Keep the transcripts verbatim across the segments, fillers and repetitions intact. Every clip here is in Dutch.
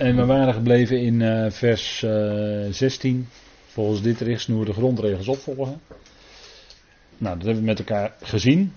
En we waren gebleven in uh, vers uh, zestien. Volgens dit richtsnoer de grondregels opvolgen. Nou, dat hebben we met elkaar gezien.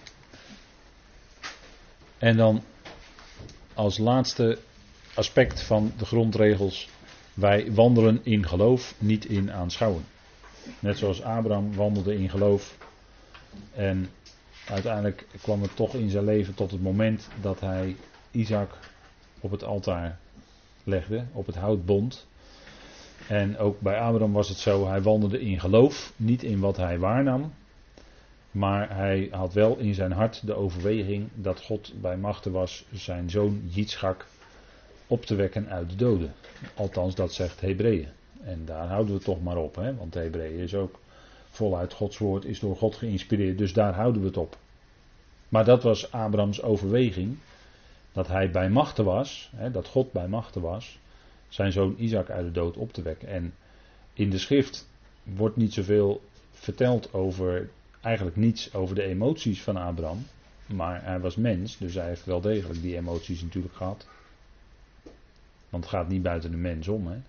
En dan als laatste aspect van de grondregels. Wij wandelen in geloof, niet in aanschouwen. Net zoals Abraham wandelde in geloof. En uiteindelijk kwam het toch in zijn leven tot het moment dat hij Isaac op het altaar legde, op het houtbond. En ook bij Abraham was het zo, hij wandelde in geloof, niet in wat hij waarnam. Maar hij had wel in zijn hart de overweging dat God bij machte was zijn zoon Jitschak op te wekken uit de doden. Althans, dat zegt Hebreeën. En daar houden we het toch maar op, hè? Want Hebreeën is ook voluit Gods woord, is door God geïnspireerd, dus daar houden we het op. Maar dat was Abrahams overweging, dat hij bij machte was, hè, dat God bij machte was, zijn zoon Isaac uit de dood op te wekken. En in de schrift wordt niet zoveel verteld over, eigenlijk niets over de emoties van Abraham, maar hij was mens, dus hij heeft wel degelijk die emoties natuurlijk gehad. Want het gaat niet buiten de mens om, hè.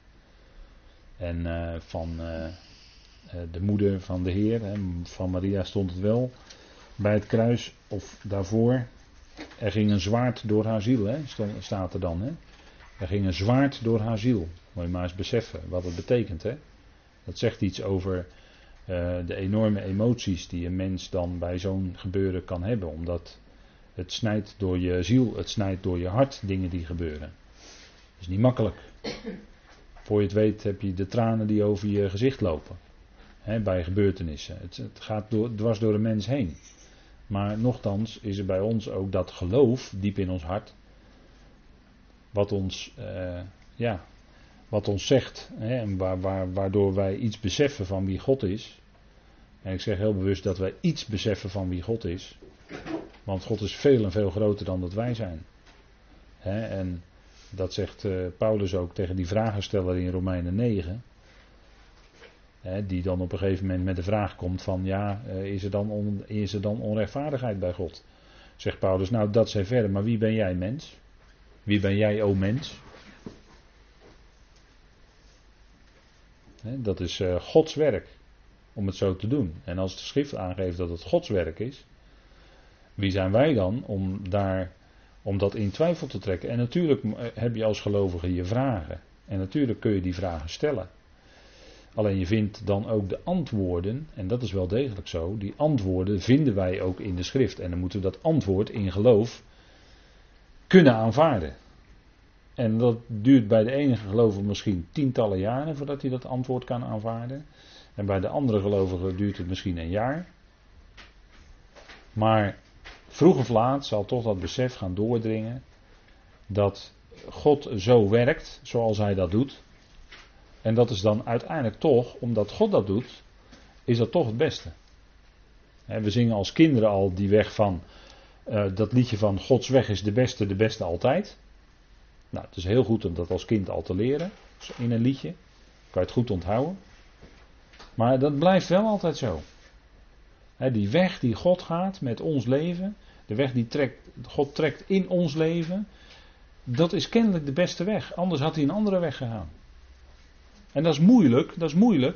En uh, van uh, de moeder van de Heer, hè, van Maria stond het wel bij het kruis, of daarvoor. Er ging een zwaard door haar ziel, hè, staat er dan. Hè. Er ging een zwaard door haar ziel. Moet je maar eens beseffen wat het betekent. Hè. Dat zegt iets over uh, de enorme emoties die een mens dan bij zo'n gebeuren kan hebben. Omdat het snijdt door je ziel, het snijdt door je hart dingen die gebeuren. Dat is niet makkelijk. Voor je het weet heb je de tranen die over je gezicht lopen. Hè, bij gebeurtenissen. Het, het gaat door, dwars door de mens heen. Maar nochtans is er bij ons ook dat geloof diep in ons hart. Wat ons, uh, ja, wat ons zegt. Hè, en waar, waar, waardoor wij iets beseffen van wie God is. En ik zeg heel bewust dat wij iets beseffen van wie God is. Want God is veel en veel groter dan dat wij zijn. Hè, en dat zegt uh, Paulus ook tegen die vragensteller in Romeinen negen. Hè, die dan op een gegeven moment met de vraag komt van ja, uh, is, er dan on, is er dan onrechtvaardigheid bij God? Zegt Paulus, nou dat zij verder, maar wie ben jij mens? Wie ben jij o mens? Hè, dat is uh, Gods werk om het zo te doen. En als de schrift aangeeft dat het Gods werk is, wie zijn wij dan om daar... om dat in twijfel te trekken. En natuurlijk heb je als gelovige je vragen. En natuurlijk kun je die vragen stellen. Alleen je vindt dan ook de antwoorden, en dat is wel degelijk zo, die antwoorden vinden wij ook in de schrift. En dan moeten we dat antwoord in geloof kunnen aanvaarden. En dat duurt bij de ene gelovige misschien tientallen jaren voordat hij dat antwoord kan aanvaarden. En bij de andere gelovige duurt het misschien een jaar. Maar vroeg of laat zal toch dat besef gaan doordringen dat God zo werkt zoals hij dat doet. En dat is dan uiteindelijk toch, omdat God dat doet, is dat toch het beste. We zingen als kinderen al die weg van, uh, dat liedje van Gods weg is de beste, de beste altijd. Nou, het is heel goed om dat als kind al te leren, in een liedje. Kan je het goed onthouden. Maar dat blijft wel altijd zo. He, die weg die God gaat met ons leven, de weg die trekt, God trekt in ons leven, dat is kennelijk de beste weg. Anders had hij een andere weg gegaan. En dat is moeilijk, dat is moeilijk.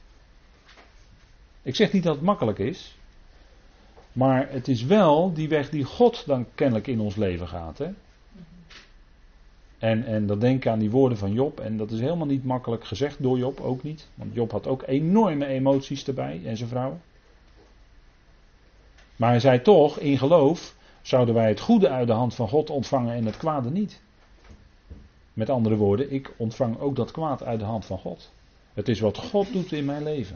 Ik zeg niet dat het makkelijk is, maar het is wel die weg die God dan kennelijk in ons leven gaat. Hè? En, en dan denk ik aan die woorden van Job, en dat is helemaal niet makkelijk gezegd door Job, ook niet. Want Job had ook enorme emoties erbij, en zijn vrouw. Maar hij zei toch, in geloof zouden wij het goede uit de hand van God ontvangen en het kwade niet. Met andere woorden, ik ontvang ook dat kwaad uit de hand van God. Het is wat God doet in mijn leven.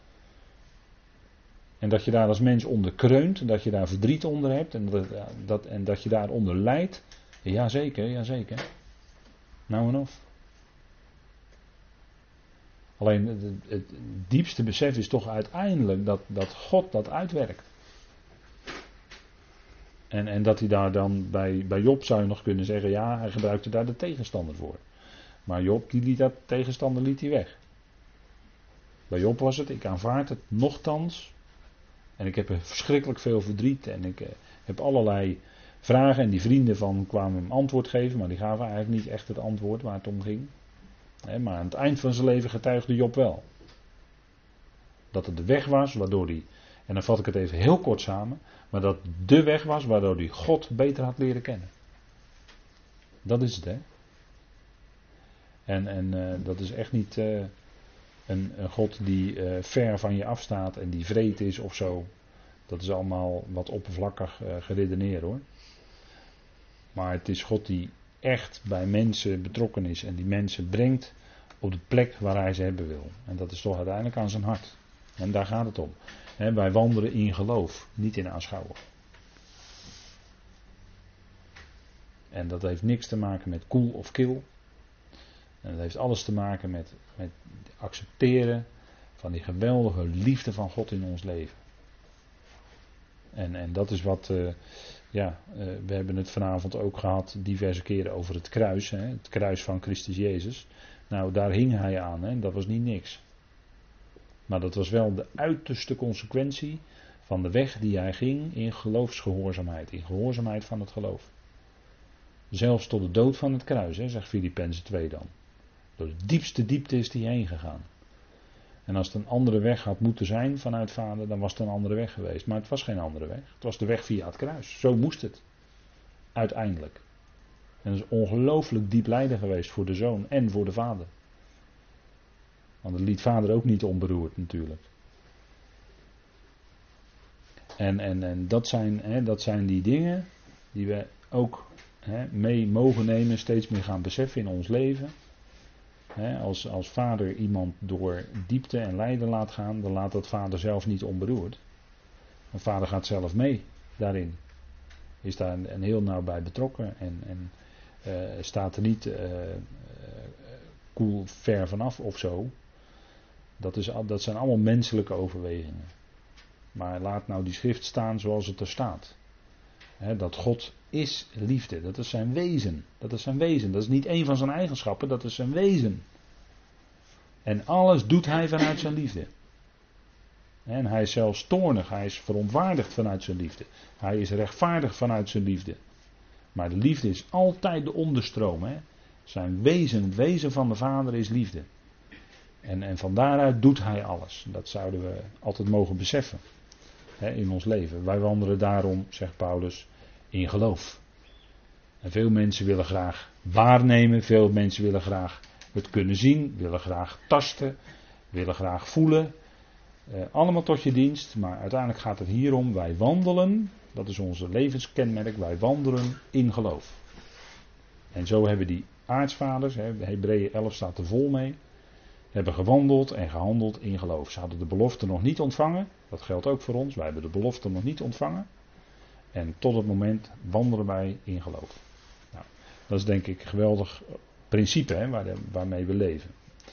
En dat je daar als mens onder kreunt, dat je daar verdriet onder hebt en dat, dat, en dat je daaronder lijdt. Jazeker, jazeker. Nou en of. Alleen het, het, het diepste besef is toch uiteindelijk dat, dat God dat uitwerkt. En, en dat hij daar dan, bij, bij Job zou je nog kunnen zeggen, ja, hij gebruikte daar de tegenstander voor. Maar Job, die liet dat tegenstander liet hij weg. Bij Job was het, ik aanvaard het nochtans. En ik heb er verschrikkelijk veel verdriet en ik eh, heb allerlei vragen en die vrienden van kwamen hem antwoord geven, maar die gaven eigenlijk niet echt het antwoord waar het om ging. He, maar aan het eind van zijn leven getuigde Job wel. Dat het de weg was waardoor hij, en dan vat ik het even heel kort samen, maar dat de weg was waardoor hij God beter had leren kennen. Dat is het, hè. En, en uh, dat is echt niet uh, een, een God die uh, ver van je afstaat en die wreed is of zo. Dat is allemaal wat oppervlakkig uh, geredeneerd, hoor. Maar het is God die echt bij mensen betrokken is en die mensen brengt op de plek waar hij ze hebben wil. En dat is toch uiteindelijk aan zijn hart. En daar gaat het om. He, wij wandelen in geloof, niet in aanschouwen. En dat heeft niks te maken met koel of kil. En dat heeft alles te maken met, met accepteren van die geweldige liefde van God in ons leven. En, en dat is wat, uh, ja, uh, we hebben het vanavond ook gehad diverse keren over het kruis. Hè, het kruis van Christus Jezus. Nou, daar hing hij aan, hè, dat was niet niks. Maar dat was wel de uiterste consequentie van de weg die hij ging in geloofsgehoorzaamheid. In gehoorzaamheid van het geloof. Zelfs tot de dood van het kruis, hè, zegt Filippenzen twee dan. Door de diepste diepte is hij heen gegaan. En als het een andere weg had moeten zijn vanuit Vader, dan was het een andere weg geweest. Maar het was geen andere weg. Het was de weg via het kruis. Zo moest het. Uiteindelijk. En dat is ongelooflijk diep lijden geweest voor de zoon en voor de vader. Want dat liet Vader ook niet onberoerd natuurlijk. En, en, en dat, zijn, hè, dat zijn die dingen die we ook hè, mee mogen nemen, steeds meer gaan beseffen in ons leven. Hè, als, als Vader iemand door diepte en lijden laat gaan, dan laat dat Vader zelf niet onberoerd. En Vader gaat zelf mee daarin. Is daar een, een heel nauw bij betrokken en, en uh, staat er niet uh, uh, koel ver vanaf of zo. Dat, is, dat zijn allemaal menselijke overwegingen. Maar laat nou die schrift staan zoals het er staat. He, dat God is liefde. Dat is zijn wezen. Dat is zijn wezen. Dat is niet één van zijn eigenschappen. Dat is zijn wezen. En alles doet hij vanuit zijn liefde. En hij is zelfs toornig. Hij is verontwaardigd vanuit zijn liefde. Hij is rechtvaardig vanuit zijn liefde. Maar de liefde is altijd de onderstroom. He. Zijn wezen, het wezen van de Vader is liefde. En, en van daaruit doet hij alles. Dat zouden we altijd mogen beseffen. Hè, in ons leven. Wij wandelen daarom, zegt Paulus, in geloof. En veel mensen willen graag waarnemen. Veel mensen willen graag het kunnen zien. Willen graag tasten. Willen graag voelen. Eh, allemaal tot je dienst. Maar uiteindelijk gaat het hier om. Wij wandelen. Dat is onze levenskenmerk. Wij wandelen in geloof. En zo hebben die aartsvaders. Hè, Hebreeën elf staat er vol mee. Hebben gewandeld en gehandeld in geloof. Ze hadden de belofte nog niet ontvangen. Dat geldt ook voor ons. Wij hebben de belofte nog niet ontvangen. En tot het moment wandelen wij in geloof. Nou, dat is denk ik een geweldig principe hè, waar de, waarmee we leven.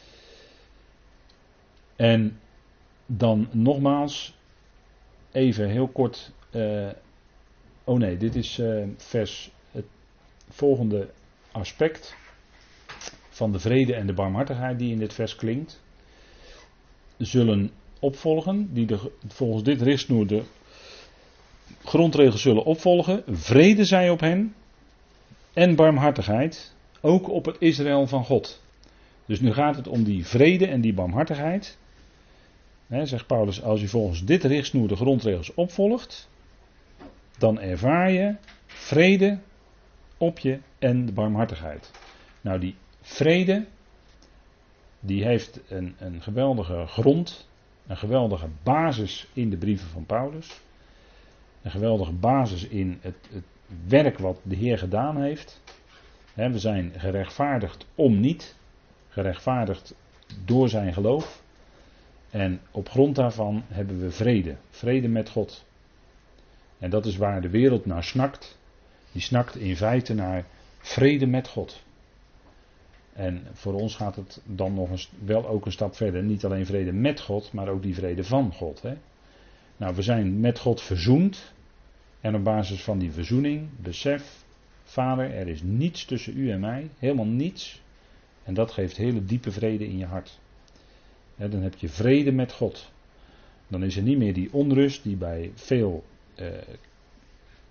En dan nogmaals, even heel kort. Uh, oh nee, dit is uh, vers, het volgende aspect van de vrede en de barmhartigheid die in dit vers klinkt, zullen opvolgen, die de, volgens dit richtsnoer de grondregels zullen opvolgen. Vrede zij op hen en barmhartigheid, ook op het Israël van God. Dus nu gaat het om die vrede en die barmhartigheid. He, zegt Paulus, als je volgens dit richtsnoer de grondregels opvolgt, dan ervaar je vrede op je en de barmhartigheid. Nou, die vrede, die heeft een, een geweldige grond, een geweldige basis in de brieven van Paulus. Een geweldige basis in het, het werk wat de Heer gedaan heeft. He, we zijn gerechtvaardigd om niet, gerechtvaardigd door zijn geloof. En op grond daarvan hebben we vrede, vrede met God. En dat is waar de wereld naar snakt. Die snakt in feite naar vrede met God. En voor ons gaat het dan nog eens, wel ook een stap verder. Niet alleen vrede met God, maar ook die vrede van God. Hè? Nou, we zijn met God verzoend. En op basis van die verzoening, besef, Vader, er is niets tussen u en mij. Helemaal niets. En dat geeft hele diepe vrede in je hart. Hè, dan heb je vrede met God. Dan is er niet meer die onrust die bij veel eh,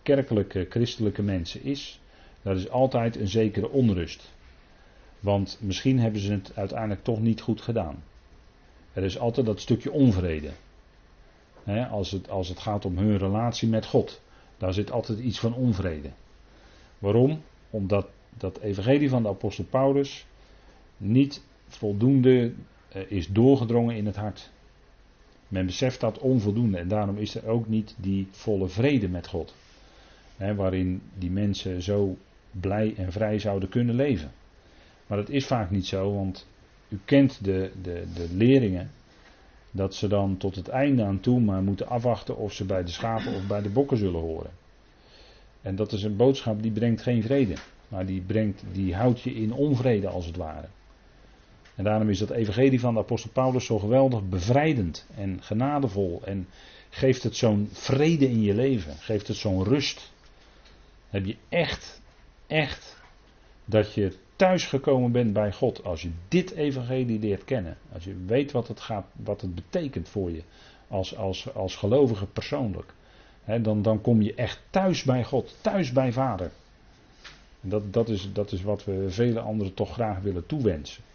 kerkelijke, christelijke mensen is, dat is altijd een zekere onrust. Want misschien hebben ze het uiteindelijk toch niet goed gedaan. Er is altijd dat stukje onvrede. He, als, het, als het gaat om hun relatie met God. Daar zit altijd iets van onvrede. Waarom? Omdat dat evangelie van de apostel Paulus niet voldoende uh, is doorgedrongen in het hart. Men beseft dat onvoldoende en daarom is er ook niet die volle vrede met God. He, waarin die mensen zo blij en vrij zouden kunnen leven. Maar dat is vaak niet zo, want u kent de, de, de leringen. Dat ze dan tot het einde aan toe maar moeten afwachten of ze bij de schapen of bij de bokken zullen horen. En dat is een boodschap die brengt geen vrede. Maar die, brengt, die houdt je in onvrede als het ware. En daarom is dat evangelie van de apostel Paulus zo geweldig bevrijdend en genadevol. En geeft het zo'n vrede in je leven. Geeft het zo'n rust. Heb je echt, echt dat je thuisgekomen bent bij God. Als je dit evangelie leert kennen. Als je weet wat het, gaat, wat het betekent voor je. Als, als, als gelovige persoonlijk. He, dan, dan kom je echt thuis bij God. Thuis bij Vader. En dat, dat, is, dat is wat we vele anderen toch graag willen toewensen.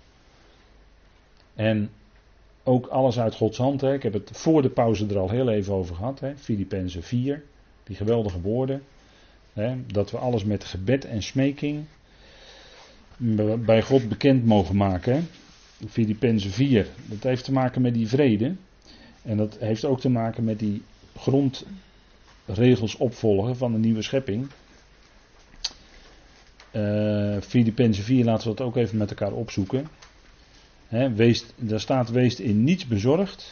En ook alles uit Gods hand. Hè. Ik heb het voor de pauze er al heel even over gehad. Filippenzen vier. Die geweldige woorden. Hè, dat we alles met gebed en smeking bij God bekend mogen maken. Filippenzen vier. Dat heeft te maken met die vrede. En dat heeft ook te maken met die grondregels opvolgen van de nieuwe schepping. Uh, Filippenzen vier, laten we dat ook even met elkaar opzoeken. He, wees, daar staat: wees in niets bezorgd.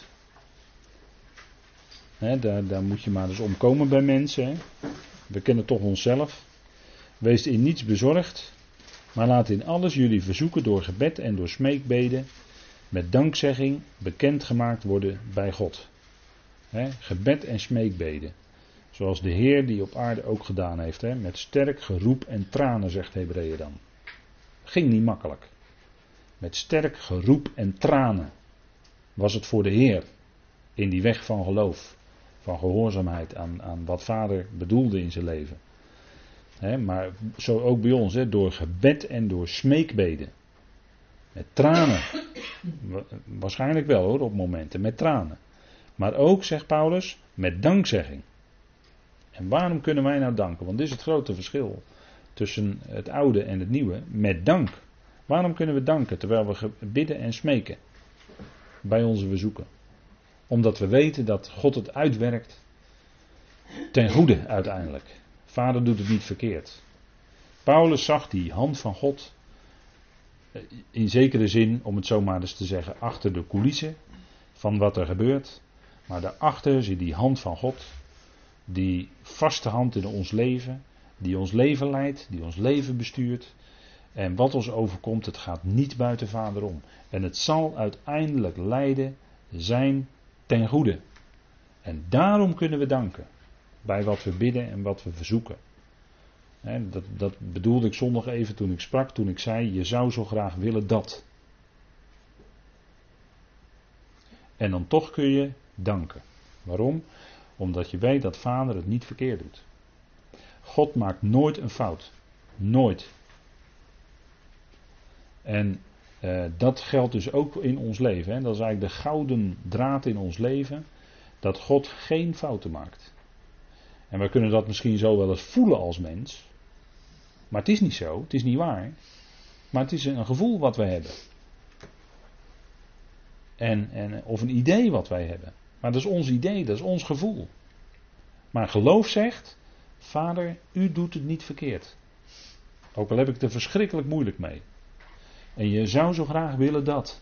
He, daar, daar moet je maar eens omkomen bij mensen. He. We kennen toch onszelf. Wees in niets bezorgd. Maar laat in alles jullie verzoeken door gebed en door smeekbeden met dankzegging bekendgemaakt worden bij God. He, gebed en smeekbeden. Zoals de Heer die op aarde ook gedaan heeft. He, met sterk geroep en tranen, zegt Hebreeën dan. Ging niet makkelijk. Met sterk geroep en tranen was het voor de Heer in die weg van geloof, van gehoorzaamheid aan, aan wat Vader bedoelde in zijn leven. He, maar zo ook bij ons, he, door gebed en door smeekbeden. Met tranen. Waarschijnlijk wel hoor, op momenten, met tranen. Maar ook, zegt Paulus, met dankzegging. En waarom kunnen wij nou danken? Want dit is het grote verschil tussen het oude en het nieuwe. Met dank. Waarom kunnen we danken terwijl we bidden en smeken bij onze verzoeken? Omdat we weten dat God het uitwerkt ten goede uiteindelijk. Vader doet het niet verkeerd. Paulus zag die hand van God in zekere zin, om het zo maar eens te zeggen, achter de coulissen van wat er gebeurt. Maar daarachter zit die hand van God, die vaste hand in ons leven, die ons leven leidt, die ons leven bestuurt. En wat ons overkomt, het gaat niet buiten Vader om. En het zal uiteindelijk leiden zijn ten goede. En daarom kunnen we danken. Bij wat we bidden en wat we verzoeken. He, dat, dat bedoelde ik zondag even toen ik sprak, toen ik zei, je zou zo graag willen dat. En dan toch kun je danken. Waarom? Omdat je weet dat Vader het niet verkeerd doet. God maakt nooit een fout. Nooit. En uh, dat geldt dus ook in ons leven. Hè. Dat is eigenlijk de gouden draad in ons leven. Dat God geen fouten maakt. En we kunnen dat misschien zo wel eens voelen als mens. Maar het is niet zo. Het is niet waar. Maar het is een gevoel wat wij hebben. En, en, of een idee wat wij hebben. Maar dat is ons idee. Dat is ons gevoel. Maar geloof zegt: Vader, u doet het niet verkeerd. Ook al heb ik het er verschrikkelijk moeilijk mee. En je zou zo graag willen dat.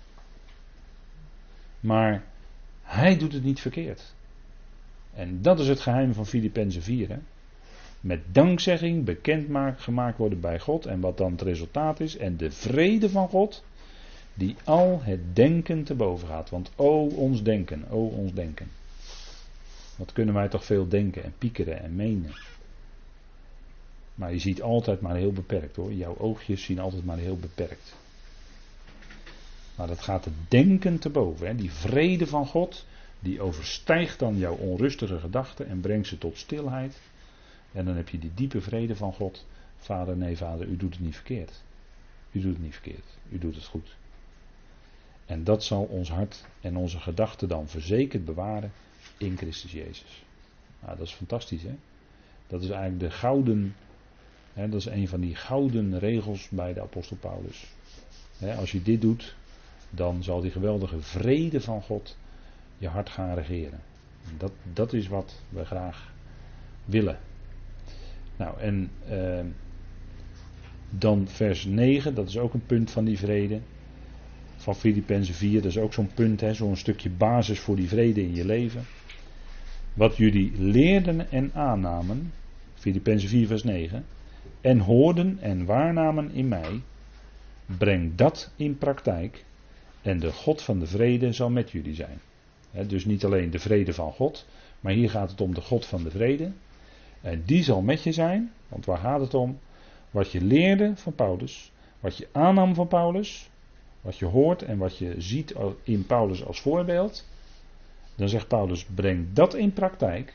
Maar hij doet het niet verkeerd. En dat is het geheim van Filippenzen vier. Hè? Met dankzegging bekend gemaakt worden bij God. En wat dan het resultaat is. En de vrede van God. Die al het denken te boven gaat. Want o ons denken, o ons denken. Wat kunnen wij toch veel denken en piekeren en menen. Maar je ziet altijd maar heel beperkt hoor. Jouw oogjes zien altijd maar heel beperkt. Maar dat gaat het denken te boven. Hè? Die vrede van God. Die overstijgt dan jouw onrustige gedachten en brengt ze tot stilheid. En dan heb je die diepe vrede van God. Vader, nee vader, u doet het niet verkeerd. U doet het niet verkeerd. U doet het goed. En dat zal ons hart en onze gedachten dan verzekerd bewaren in Christus Jezus. Nou, dat is fantastisch, hè? Dat is eigenlijk de gouden, hè, dat is een van die gouden regels bij de apostel Paulus. Hè, als je dit doet, dan zal die geweldige vrede van God je hart gaan regeren. Dat, dat is wat we graag willen. Nou, en uh, dan vers negen, dat is ook een punt van die vrede. Van Filippenzen vier, dat is ook zo'n punt, hè, zo'n stukje basis voor die vrede in je leven. Wat jullie leerden en aannamen, Filippenzen vier vers negen, en hoorden en waarnamen in mij, breng dat in praktijk en de God van de vrede zal met jullie zijn. He, dus niet alleen de vrede van God, maar hier gaat het om de God van de vrede. En die zal met je zijn, want waar gaat het om? Wat je leerde van Paulus, wat je aannam van Paulus, wat je hoort en wat je ziet in Paulus als voorbeeld. Dan zegt Paulus, breng dat in praktijk.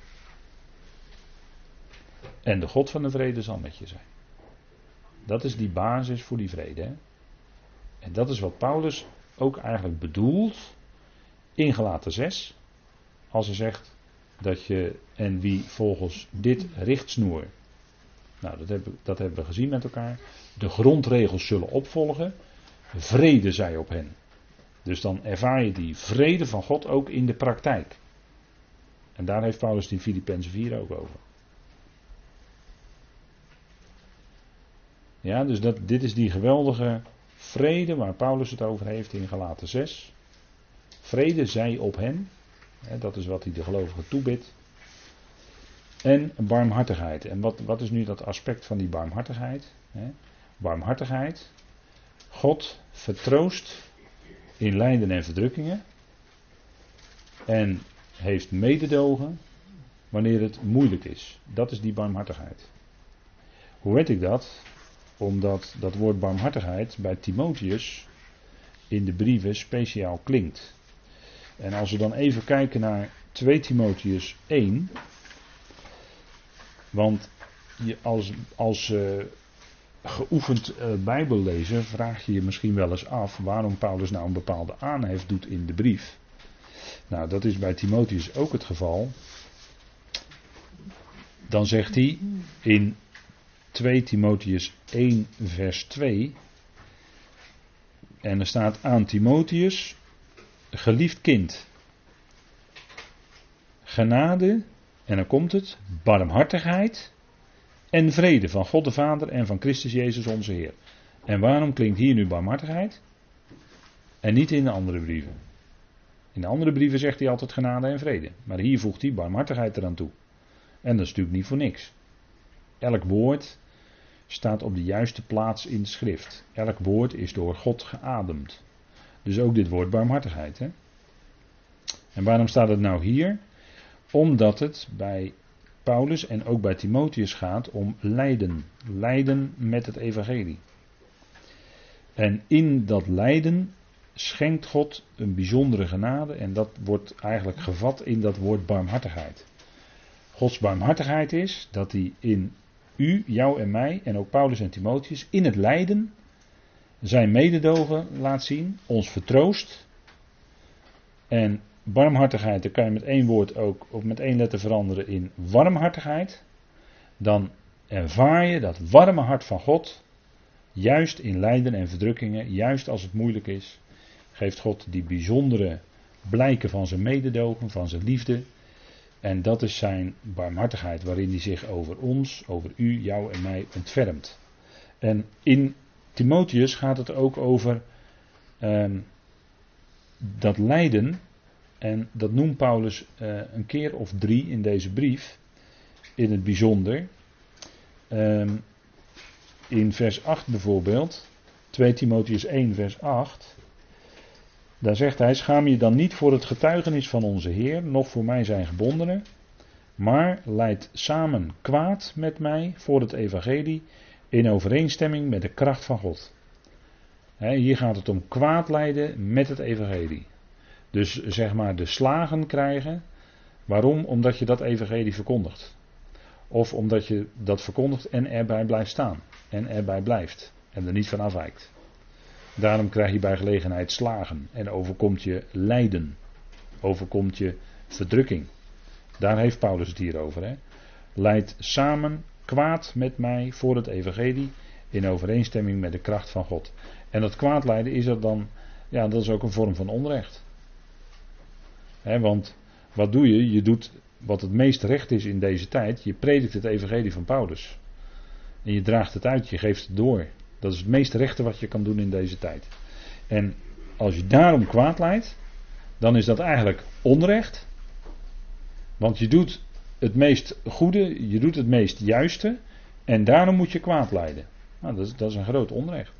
En de God van de vrede zal met je zijn. Dat is die basis voor die vrede. Hè? En dat is wat Paulus ook eigenlijk bedoelt in Galaten zes. Als hij zegt dat je, en wie volgens dit richtsnoer. Nou, dat hebben, dat hebben we gezien met elkaar. De grondregels zullen opvolgen. Vrede zij op hen. Dus dan ervaar je die vrede van God ook in de praktijk. En daar heeft Paulus het in Filippenzen vier ook over. Ja, dus dat, dit is die geweldige vrede waar Paulus het over heeft in Galaten zes. Vrede zij op hen. Hè, dat is wat hij de gelovigen toebidt. En barmhartigheid. En wat, wat is nu dat aspect van die barmhartigheid? Hè? Barmhartigheid. God vertroost in lijden en verdrukkingen. En heeft mededogen wanneer het moeilijk is. Dat is die barmhartigheid. Hoe weet ik dat? Omdat dat woord barmhartigheid bij Timotheus in de brieven speciaal klinkt. En als we dan even kijken naar twee Timotheus één. Want je als, als uh, geoefend uh, bijbellezer vraag je je misschien wel eens af waarom Paulus nou een bepaalde aanhef doet in de brief. Nou, dat is bij Timotheus ook het geval. Dan zegt hij in twee Timotheus één vers twee. En er staat aan Timotheus, geliefd kind. Genade, en dan komt het, barmhartigheid en vrede van God de Vader en van Christus Jezus onze Heer. En waarom klinkt hier nu barmhartigheid? En niet in de andere brieven. In de andere brieven zegt hij altijd genade en vrede. Maar hier voegt hij barmhartigheid eraan toe. En dat is natuurlijk niet voor niks. Elk woord staat op de juiste plaats in de schrift. Elk woord is door God geademd. Dus ook dit woord barmhartigheid. Hè? En waarom staat het nou hier? Omdat het bij Paulus en ook bij Timotheus gaat om lijden. Lijden met het evangelie. En in dat lijden schenkt God een bijzondere genade. En dat wordt eigenlijk gevat in dat woord barmhartigheid. Gods barmhartigheid is dat hij in u, jou en mij en ook Paulus en Timotheus in het lijden zijn mededogen laat zien, ons vertroost. En barmhartigheid, daar kan je met één woord ook, of met één letter veranderen in warmhartigheid. Dan ervaar je dat warme hart van God, juist in lijden en verdrukkingen, juist als het moeilijk is, geeft God die bijzondere blijken van zijn mededogen, van zijn liefde. En dat is zijn barmhartigheid waarin hij zich over ons, over u, jou en mij ontfermt. En in Timotheus gaat het ook over uh, dat lijden. En dat noemt Paulus uh, een keer of drie in deze brief. In het bijzonder. Uh, in vers acht bijvoorbeeld. twee Timotheus één vers acht. Daar zegt hij, schaam je dan niet voor het getuigenis van onze Heer, noch voor mij zijn gebondenen, maar leid samen kwaad met mij voor het evangelie in overeenstemming met de kracht van God. He, hier gaat het om kwaad lijden met het evangelie. Dus zeg maar de slagen krijgen. Waarom? Omdat je dat evangelie verkondigt. of omdat je dat verkondigt en erbij blijft staan. En erbij blijft. En er niet van afwijkt. Daarom krijg je bij gelegenheid slagen. En overkomt je lijden. Overkomt je verdrukking. Daar heeft Paulus het hier over. Hè? Leid samen kwaad met mij voor het evangelie. In overeenstemming met de kracht van God. En dat kwaad lijden is er dan. Ja, dat is ook een vorm van onrecht. Hè, want wat doe je? Je doet wat het meest recht is in deze tijd. Je predikt het evangelie van Paulus. En je draagt het uit. Je geeft het door. Dat is het meest rechte wat je kan doen in deze tijd. En als je daarom kwaad lijdt. Dan is dat eigenlijk onrecht. Want je doet het meest goede. Je doet het meest juiste. En daarom moet je kwaad lijden. Nou, dat is, dat is een groot onrecht.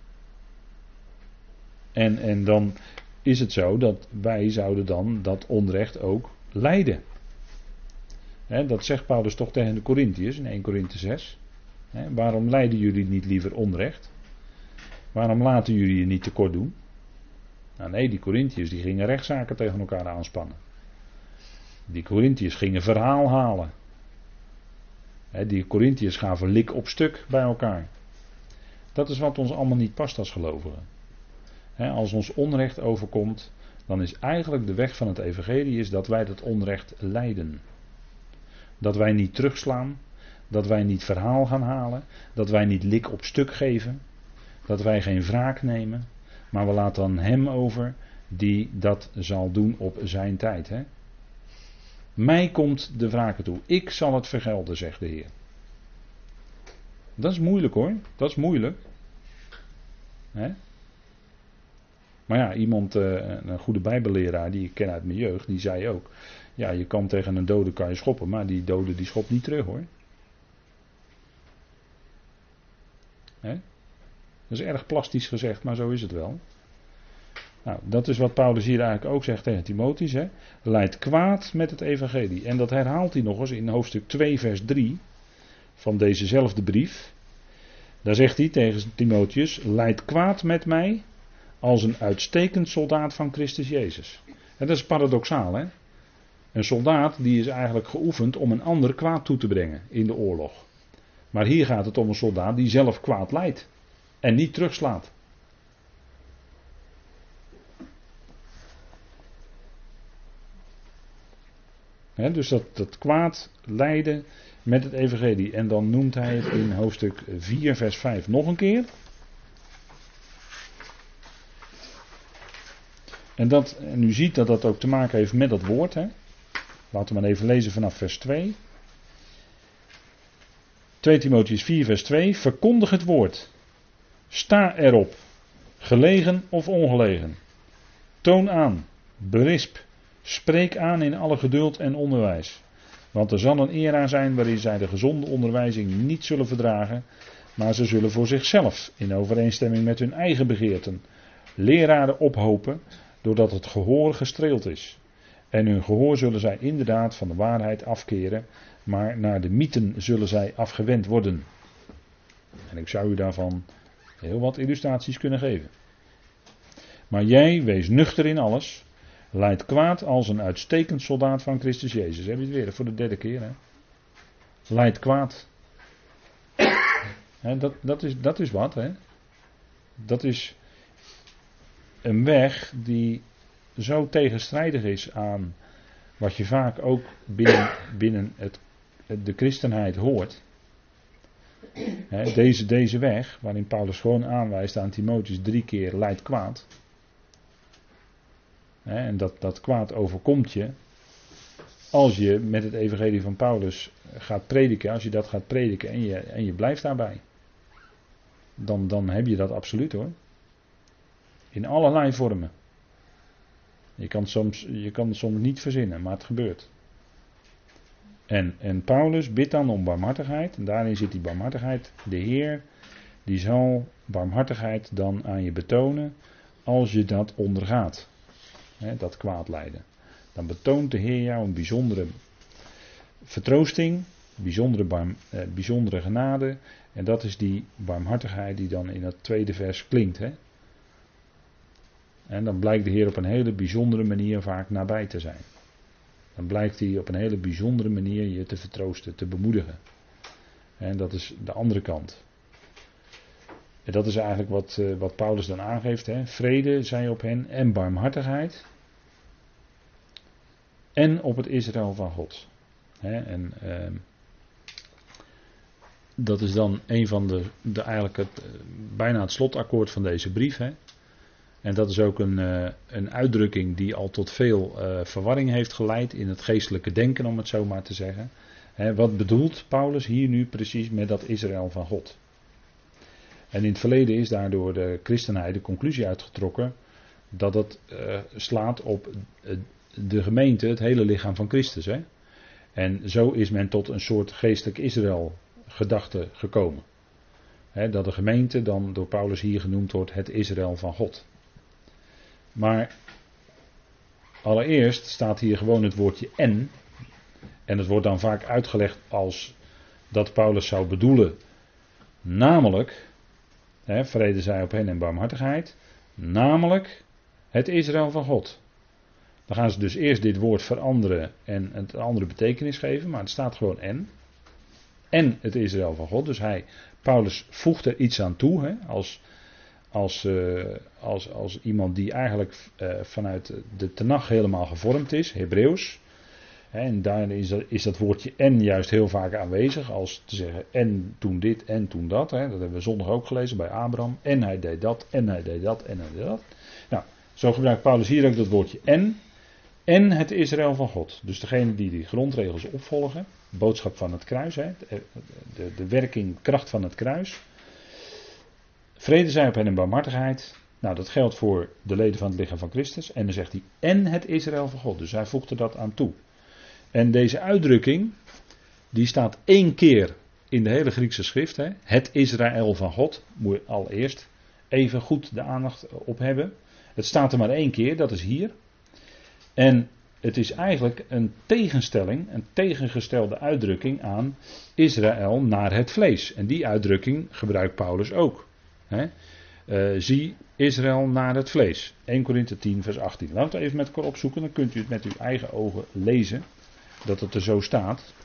En, en dan is het zo dat wij zouden dan dat onrecht ook lijden. He, dat zegt Paulus toch tegen de Korintiërs in eerste Korinthe zes. He, waarom lijden jullie niet liever onrecht? Waarom laten jullie je niet tekort doen? Nou nee, die Korintiërs die gingen rechtszaken tegen elkaar aanspannen. Die Korintiërs gingen verhaal halen. He, die Korintiërs gaven lik op stuk bij elkaar. Dat is wat ons allemaal niet past als gelovigen. He, als ons onrecht overkomt, dan is eigenlijk de weg van het evangelie is dat wij dat onrecht lijden. Dat wij niet terugslaan, dat wij niet verhaal gaan halen, dat wij niet lik op stuk geven, dat wij geen wraak nemen, maar we laten dan hem over die dat zal doen op zijn tijd. He. Mij komt de wraak toe, ik zal het vergelden, zegt de Heer. Dat is moeilijk hoor, dat is moeilijk. He. Maar ja, iemand, een goede bijbelleraar die ik ken uit mijn jeugd, die zei ook, ja, je kan tegen een dode kan je schoppen, maar die dode die schopt niet terug hoor. He? Dat is erg plastisch gezegd, maar zo is het wel. Nou, dat is wat Paulus hier eigenlijk ook zegt tegen Timotheus. Hè? Leid kwaad met het evangelie. En dat herhaalt hij nog eens in hoofdstuk twee vers drie van dezezelfde brief. Daar zegt hij tegen Timotheus, leid kwaad met mij als een uitstekend soldaat van Christus Jezus. En dat is paradoxaal, hè? Een soldaat die is eigenlijk geoefend om een ander kwaad toe te brengen in de oorlog. Maar hier gaat het om een soldaat die zelf kwaad lijdt en niet terugslaat. He, dus dat, dat kwaad lijden met het evangelie. En dan noemt hij het in hoofdstuk vier vers vijf nog een keer. En, dat, en u ziet dat dat ook te maken heeft met dat woord. Hè. Laten we maar even lezen vanaf vers twee. twee Timotheus vier vers twee. Verkondig het woord. Sta erop. Gelegen of ongelegen. Toon aan. Berisp. Spreek aan in alle geduld en onderwijs. Want er zal een era zijn waarin zij de gezonde onderwijzing niet zullen verdragen. Maar ze zullen voor zichzelf, in overeenstemming met hun eigen begeerten, leraren ophopen, doordat het gehoor gestreeld is. En hun gehoor zullen zij inderdaad van de waarheid afkeren, maar naar de mythen zullen zij afgewend worden. En ik zou u daarvan heel wat illustraties kunnen geven. Maar jij, wees nuchter in alles, leid kwaad als een uitstekend soldaat van Christus Jezus. Heb je het weer voor de derde keer, hè? Leid kwaad. He, dat, dat, is, dat is wat, hè? Dat is een weg die zo tegenstrijdig is aan wat je vaak ook binnen, binnen het, de christenheid hoort. He, deze, deze weg, waarin Paulus gewoon aanwijst aan Timotheus drie keer leidt kwaad. He, en dat, dat kwaad overkomt je als je met het evangelie van Paulus gaat prediken, als je dat gaat prediken en je, en je blijft daarbij. Dan, dan heb je dat absoluut hoor. In allerlei vormen. Je kan, soms, je kan het soms niet verzinnen, maar het gebeurt. En, en Paulus bidt dan om barmhartigheid. En daarin zit die barmhartigheid. De Heer, die zal barmhartigheid dan aan je betonen als je dat ondergaat. He, dat kwaad lijden. Dan betoont de Heer jou een bijzondere vertroosting, bijzondere, barm, eh, bijzondere genade. En dat is die barmhartigheid die dan in het tweede vers klinkt. Hè? En dan blijkt de Heer op een hele bijzondere manier vaak nabij te zijn. Dan blijkt hij op een hele bijzondere manier je te vertroosten, te bemoedigen. En dat is de andere kant. En dat is eigenlijk wat, uh, wat Paulus dan aangeeft. Hè. Vrede zij op hen en barmhartigheid. En op het Israël van God. Hè, en uh, dat is dan een van de, de eigenlijk het, uh, bijna het slotakkoord van deze brief. Hè. En dat is ook een, uh, een uitdrukking die al tot veel uh, verwarring heeft geleid in het geestelijke denken, om het zo maar te zeggen. Hè, wat bedoelt Paulus hier nu precies met dat Israël van God? En in het verleden is daardoor de christenheid de conclusie uitgetrokken dat het uh, slaat op uh, de gemeente, het hele lichaam van Christus. Hè? En zo is men tot een soort geestelijk Israël gedachte gekomen. Hè, dat de gemeente dan door Paulus hier genoemd wordt het Israël van God. Maar allereerst staat hier gewoon het woordje en. En het wordt dan vaak uitgelegd als dat Paulus zou bedoelen, namelijk, hè, vrede zij op hen en barmhartigheid, namelijk het Israël van God. Dan gaan ze dus eerst dit woord veranderen en een andere betekenis geven, maar het staat gewoon en. En het Israël van God. Dus hij, Paulus voegt er iets aan toe, hè, als, als, uh, als, als iemand die eigenlijk uh, vanuit de Tenach helemaal gevormd is, Hebreeuws. En daar is dat, is dat woordje en juist heel vaak aanwezig, als te zeggen en toen dit en toen dat. Hè. Dat hebben we zondag ook gelezen bij Abraham. En hij deed dat, en hij deed dat, en hij deed dat. Nou, zo gebruikt Paulus hier ook dat woordje en. En het Israël van God. Dus degene die die grondregels opvolgen. Boodschap van het kruis. Hè, de, de, de werking, kracht van het kruis. Vrede zij op hen en barmhartigheid. Nou, dat geldt voor de leden van het lichaam van Christus. En dan zegt hij en het Israël van God. Dus hij voegt er dat aan toe. En deze uitdrukking, die staat één keer in de hele Griekse schrift. Hè. Het Israël van God, moet je allereerst even goed de aandacht op hebben. Het staat er maar één keer, dat is hier. En het is eigenlijk een tegenstelling, een tegengestelde uitdrukking aan Israël naar het vlees. En die uitdrukking gebruikt Paulus ook. Hè. Uh, zie Israël naar het vlees. Eerste Korinthe tien vers achttien. Laten we het even met elkaar opzoeken, dan kunt u het met uw eigen ogen lezen. Dat het er zo staat.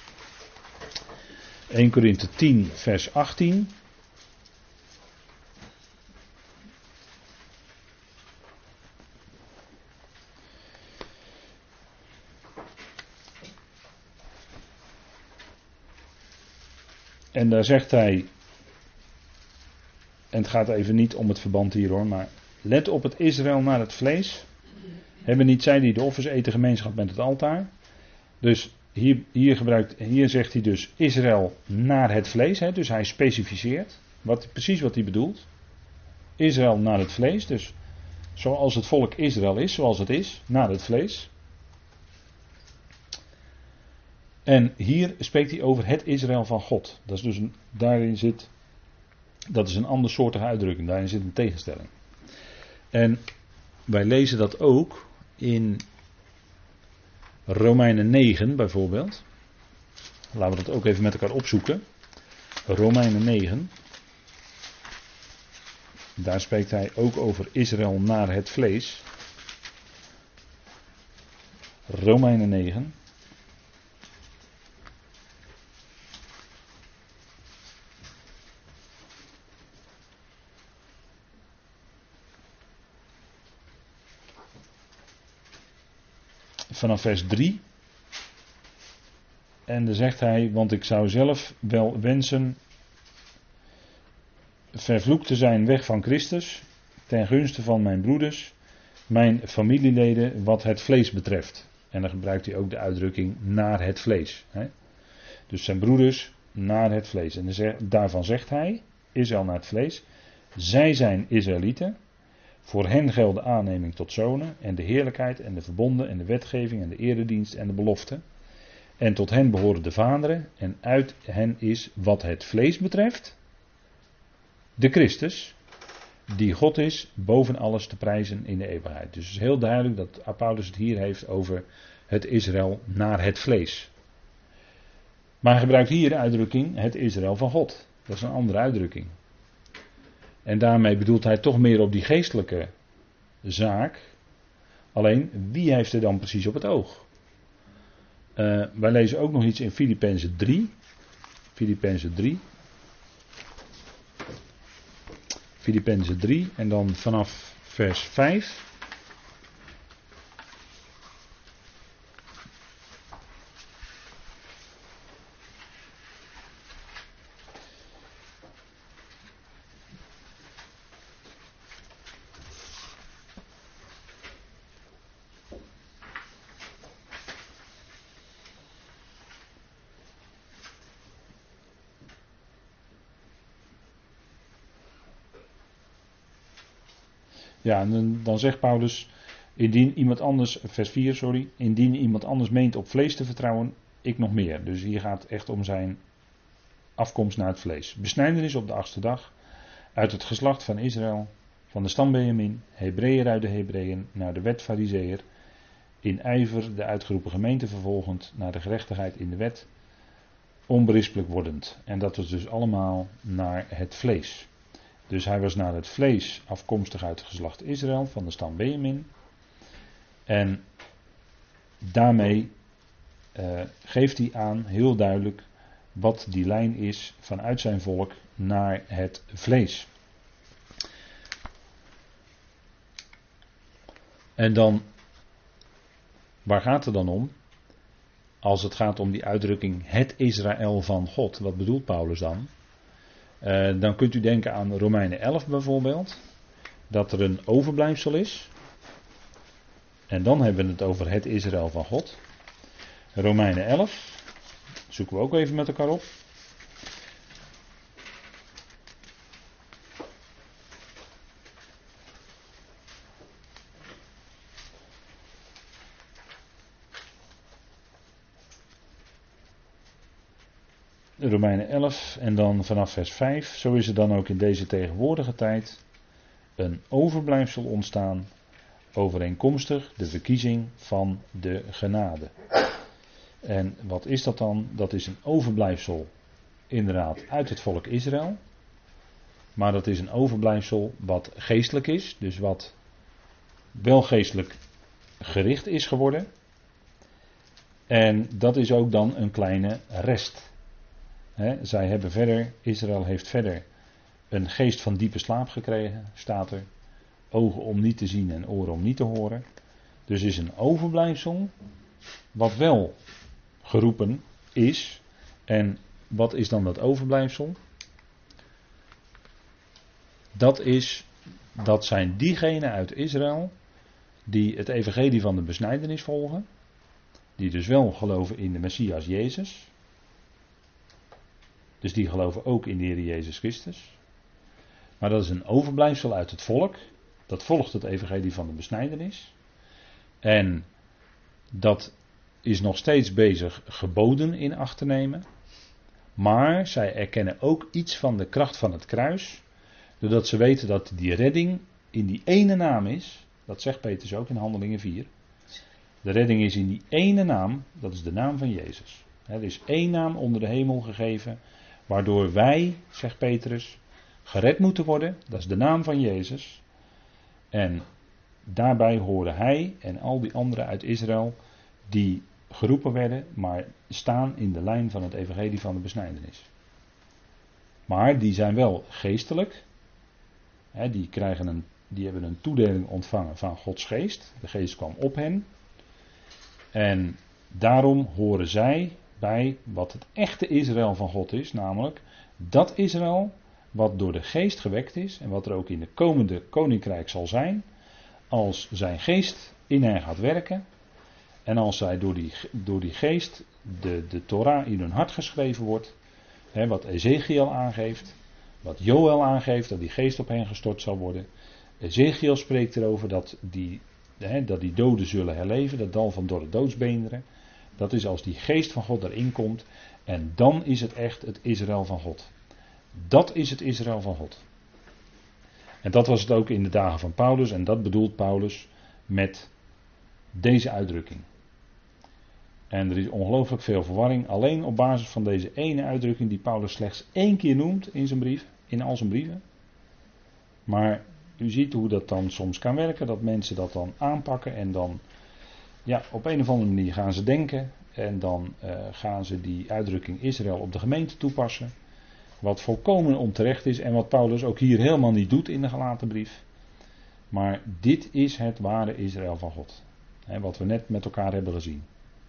Eerste Korinthe tien vers achttien. En daar zegt hij, en het gaat even niet om het verband hier hoor, maar let op het Israël naar het vlees. Hebben niet zij die de offers eten gemeenschap met het altaar? Dus hier, hier, gebruikt, hier zegt hij dus Israël naar het vlees. Hè, dus hij specificeert wat, precies wat hij bedoelt. Israël naar het vlees. Dus zoals het volk Israël is, zoals het is, naar het vlees. En hier spreekt hij over het Israël van God. Dat is dus een, daarin zit, dat is een andersoortige uitdrukking. Daarin zit een tegenstelling. En wij lezen dat ook in Romeinen negen bijvoorbeeld. Laten we dat ook even met elkaar opzoeken. Romeinen negen. Daar spreekt hij ook over Israël naar het vlees. Romeinen negen. Vanaf vers drie. En dan zegt hij, want ik zou zelf wel wensen vervloekt te zijn weg van Christus, ten gunste van mijn broeders, mijn familieleden, wat het vlees betreft. En dan gebruikt hij ook de uitdrukking naar het vlees. Hè? Dus zijn broeders naar het vlees. En daarvan zegt hij, Israël naar het vlees, zij zijn Israëlieten. Voor hen geldt de aanneming tot zonen en de heerlijkheid en de verbonden en de wetgeving en de eredienst en de belofte. En tot hen behoren de vaderen en uit hen is wat het vlees betreft de Christus, die God is boven alles te prijzen in de eeuwigheid. Dus het is heel duidelijk dat Paulus het hier heeft over het Israël naar het vlees. Maar hij gebruikt hier de uitdrukking het Israël van God. Dat is een andere uitdrukking. En daarmee bedoelt hij toch meer op die geestelijke zaak. Alleen, wie heeft er dan precies op het oog? Uh, wij lezen ook nog iets in Filippenzen drie. Filippenzen drie. Filippenzen drie en dan vanaf vers vijf. Ja, en dan, dan zegt Paulus, indien iemand anders, vers vier, sorry, indien iemand anders meent op vlees te vertrouwen, ik nog meer. Dus hier gaat het echt om zijn afkomst naar het vlees. Besnijdenis op de achtste dag, uit het geslacht van Israël, van de stam Benjamin, Hebreeër uit de Hebreeën, naar de wet Farizeeër, in ijver de uitgeroepen gemeente vervolgend, naar de gerechtigheid in de wet, onberispelijk wordend. En dat was dus allemaal naar het vlees. Dus hij was naar het vlees afkomstig uit het geslacht Israël, van de stam Benjamin. En daarmee uh, geeft hij aan, heel duidelijk, wat die lijn is vanuit zijn volk naar het vlees. En dan, waar gaat het dan om? Als het gaat om die uitdrukking, het Israël van God, wat bedoelt Paulus dan? Uh, dan kunt u denken aan Romeinen elf bijvoorbeeld, dat er een overblijfsel is. En dan hebben we het over het Israël van God. Romeinen elf, zoeken we ook even met elkaar op. Romeinen elf en dan vanaf vers vijf. Zo is er dan ook in deze tegenwoordige tijd een overblijfsel ontstaan overeenkomstig de verkiezing van de genade. En wat is dat dan? Dat is een overblijfsel inderdaad uit het volk Israël. Maar dat is een overblijfsel wat geestelijk is. Dus wat wel geestelijk gericht is geworden. En dat is ook dan een kleine rest. He, zij hebben verder, Israël heeft verder een geest van diepe slaap gekregen, staat er. Ogen om niet te zien en oren om niet te horen. Dus is een overblijfsel wat wel geroepen is. En wat is dan dat overblijfsel? Dat is, dat zijn diegenen uit Israël die het evangelie van de besnijdenis volgen. Die dus wel geloven in de Messias Jezus. Dus die geloven ook in de Heer Jezus Christus. Maar dat is een overblijfsel uit het volk. Dat volgt het evangelie van de besnijdenis. En dat is nog steeds bezig geboden in acht te nemen. Maar zij erkennen ook iets van de kracht van het kruis. Doordat ze weten dat die redding in die ene naam is. Dat zegt Petrus ook in Handelingen vier. De redding is in die ene naam. Dat is de naam van Jezus. Er is één naam onder de hemel gegeven. Waardoor wij, zegt Petrus, gered moeten worden. Dat is de naam van Jezus. En daarbij horen hij en al die anderen uit Israël die geroepen werden, maar staan in de lijn van het evangelie van de besnijdenis. Maar die zijn wel geestelijk. Hè, die, krijgen een, die hebben een toedeling ontvangen van Gods geest. De geest kwam op hen. En daarom horen zij bij wat het echte Israël van God is, namelijk dat Israël wat door de geest gewekt is en wat er ook in de komende koninkrijk zal zijn, als zijn geest in hen gaat werken en als zij door die, door die geest de, de Torah in hun hart geschreven wordt, hè, wat Ezekiel aangeeft, wat Joël aangeeft, dat die geest op hen gestort zal worden. Ezekiel spreekt erover dat die, hè, dat die doden zullen herleven, dat dal van dorre doodsbeenderen. Dat is als die geest van God erin komt en dan is het echt het Israël van God. Dat is het Israël van God. En dat was het ook in de dagen van Paulus en dat bedoelt Paulus met deze uitdrukking. En er is ongelooflijk veel verwarring alleen op basis van deze ene uitdrukking die Paulus slechts één keer noemt in zijn brief, in al zijn brieven. Maar u ziet hoe dat dan soms kan werken, dat mensen dat dan aanpakken en dan ja, op een of andere manier gaan ze denken En dan uh, gaan ze die uitdrukking Israël op de gemeente toepassen. Wat volkomen onterecht is en wat Paulus ook hier helemaal niet doet in de Galatenbrief. Maar dit is het ware Israël van God. Hè, wat we net met elkaar hebben gezien.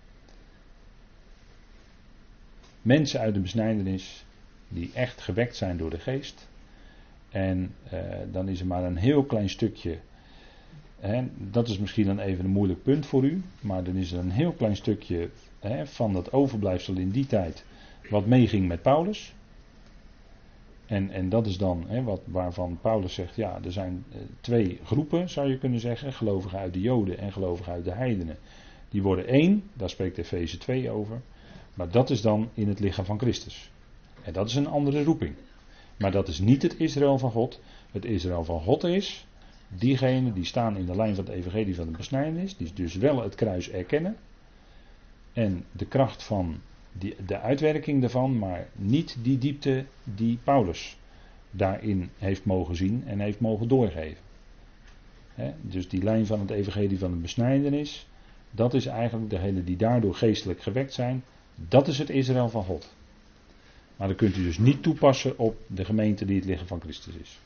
Mensen uit de besnijdenis die echt gewekt zijn door de geest. En uh, dan is er maar een heel klein stukje. Hè, dat is misschien dan even een moeilijk punt voor u. Maar dan is er een heel klein stukje hè, van dat overblijfsel in die tijd. Wat meeging met Paulus. En, en dat is dan hè, wat, waarvan Paulus zegt. Ja, er zijn uh, twee groepen zou je kunnen zeggen. Gelovigen uit de Joden en gelovigen uit de heidenen. Die worden één. Daar spreekt Efeze twee over. Maar dat is dan in het lichaam van Christus. En dat is een andere roeping. Maar dat is niet het Israël van God. Het Israël van God is diegenen die staan in de lijn van het evangelie van de besnijdenis. Die dus wel het kruis erkennen. En de kracht van die, de uitwerking daarvan. Maar niet die diepte die Paulus daarin heeft mogen zien en heeft mogen doorgeven. He, dus die lijn van het evangelie van de besnijdenis. Dat is eigenlijk degene die daardoor geestelijk gewekt zijn. Dat is het Israël van God. Maar dat kunt u dus niet toepassen op de gemeente die het lichaam van Christus is.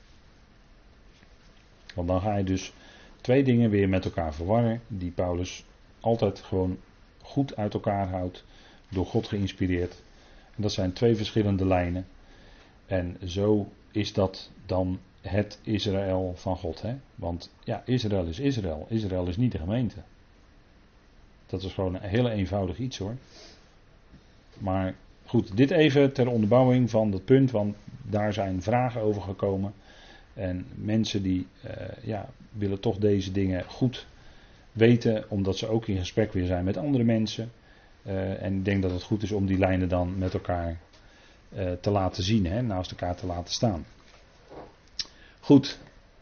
Want dan ga je dus twee dingen weer met elkaar verwarren. Die Paulus altijd gewoon goed uit elkaar houdt. Door God geïnspireerd. En dat zijn twee verschillende lijnen. En zo is dat dan het Israël van God. Hè? Want ja, Israël is Israël. Israël is niet de gemeente. Dat is gewoon een heel eenvoudig iets hoor. Maar goed, dit even ter onderbouwing van dat punt, want daar zijn vragen over gekomen. En mensen die uh, ja, willen toch deze dingen goed weten, omdat ze ook in gesprek weer zijn met andere mensen. Uh, en ik denk dat het goed is om die lijnen dan met elkaar uh, te laten zien, hè, naast elkaar te laten staan. Goed.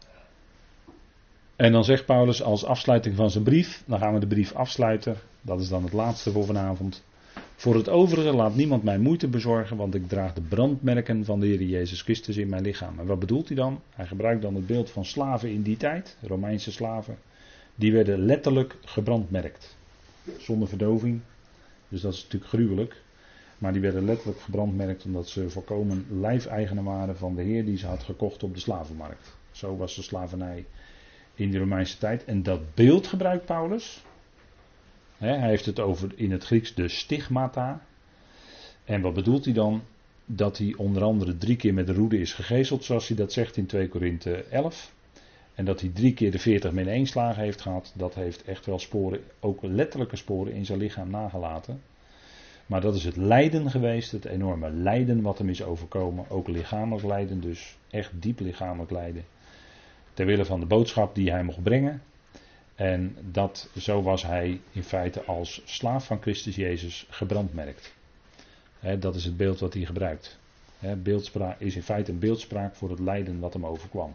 En dan zegt Paulus als afsluiting van zijn brief, dan gaan we de brief afsluiten. Dat is dan het laatste voor vanavond. Voor het overige laat niemand mij moeite bezorgen, want ik draag de brandmerken van de Heer Jezus Christus in mijn lichaam. En wat bedoelt hij dan? Hij gebruikt dan het beeld van slaven in die tijd, Romeinse slaven. Die werden letterlijk gebrandmerkt, zonder verdoving. Dus dat is natuurlijk gruwelijk. Maar die werden letterlijk gebrandmerkt omdat ze volkomen lijfeigenen waren van de Heer die ze had gekocht op de slavenmarkt. Zo was de slavernij in de Romeinse tijd. En dat beeld gebruikt Paulus. He, hij heeft het over in het Grieks de stigmata. En wat bedoelt hij dan? Dat hij onder andere drie keer met de roede is gegezeld, zoals hij dat zegt in twee Korinthe elf. En dat hij drie keer de veertig min één slagen heeft gehad. Dat heeft echt wel sporen, ook letterlijke sporen in zijn lichaam nagelaten. Maar dat is het lijden geweest, het enorme lijden wat hem is overkomen. Ook lichamelijk lijden, dus echt diep lichamelijk lijden. Ter wille van de boodschap die hij mocht brengen. En dat, zo was hij in feite als slaaf van Christus Jezus gebrandmerkt. He, dat is het beeld wat hij gebruikt. He, beeldspraak is in feite een beeldspraak voor het lijden wat hem overkwam.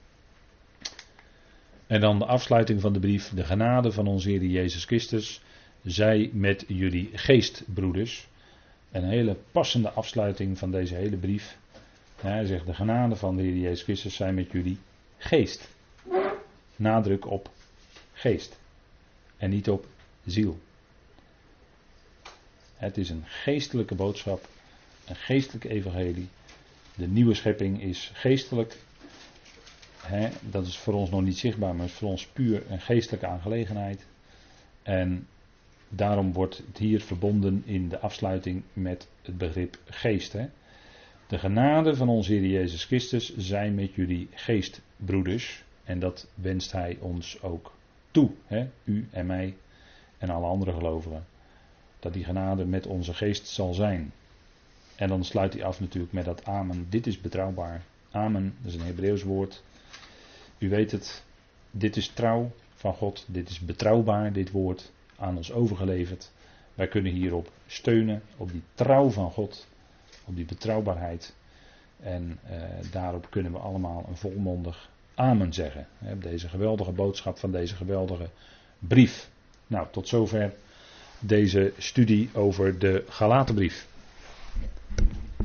En dan de afsluiting van de brief. De genade van onze Heer Jezus Christus zij met jullie geest, broeders. Een hele passende afsluiting van deze hele brief. Hij zegt de genade van de Heer Jezus Christus zij met jullie geest. Nadruk op geest. En niet op ziel. Het is een geestelijke boodschap. Een geestelijke evangelie. De nieuwe schepping is geestelijk. He, dat is voor ons nog niet zichtbaar, maar is voor ons puur een geestelijke aangelegenheid. En daarom wordt het hier verbonden in de afsluiting met het begrip geest. He. De genade van onze Heer Jezus Christus zij met jullie geestbroeders. En dat wenst hij ons ook toe. He. U en mij en alle andere gelovigen. Dat die genade met onze geest zal zijn. En dan sluit hij af natuurlijk met dat amen. Dit is betrouwbaar. Amen, dat is een Hebreeuws woord. U weet het, dit is trouw van God, dit is betrouwbaar, dit woord aan ons overgeleverd. Wij kunnen hierop steunen, op die trouw van God, op die betrouwbaarheid. En eh, daarop kunnen we allemaal een volmondig amen zeggen. Hè, deze geweldige boodschap van deze geweldige brief. Nou, tot zover deze studie over de Galatenbrief.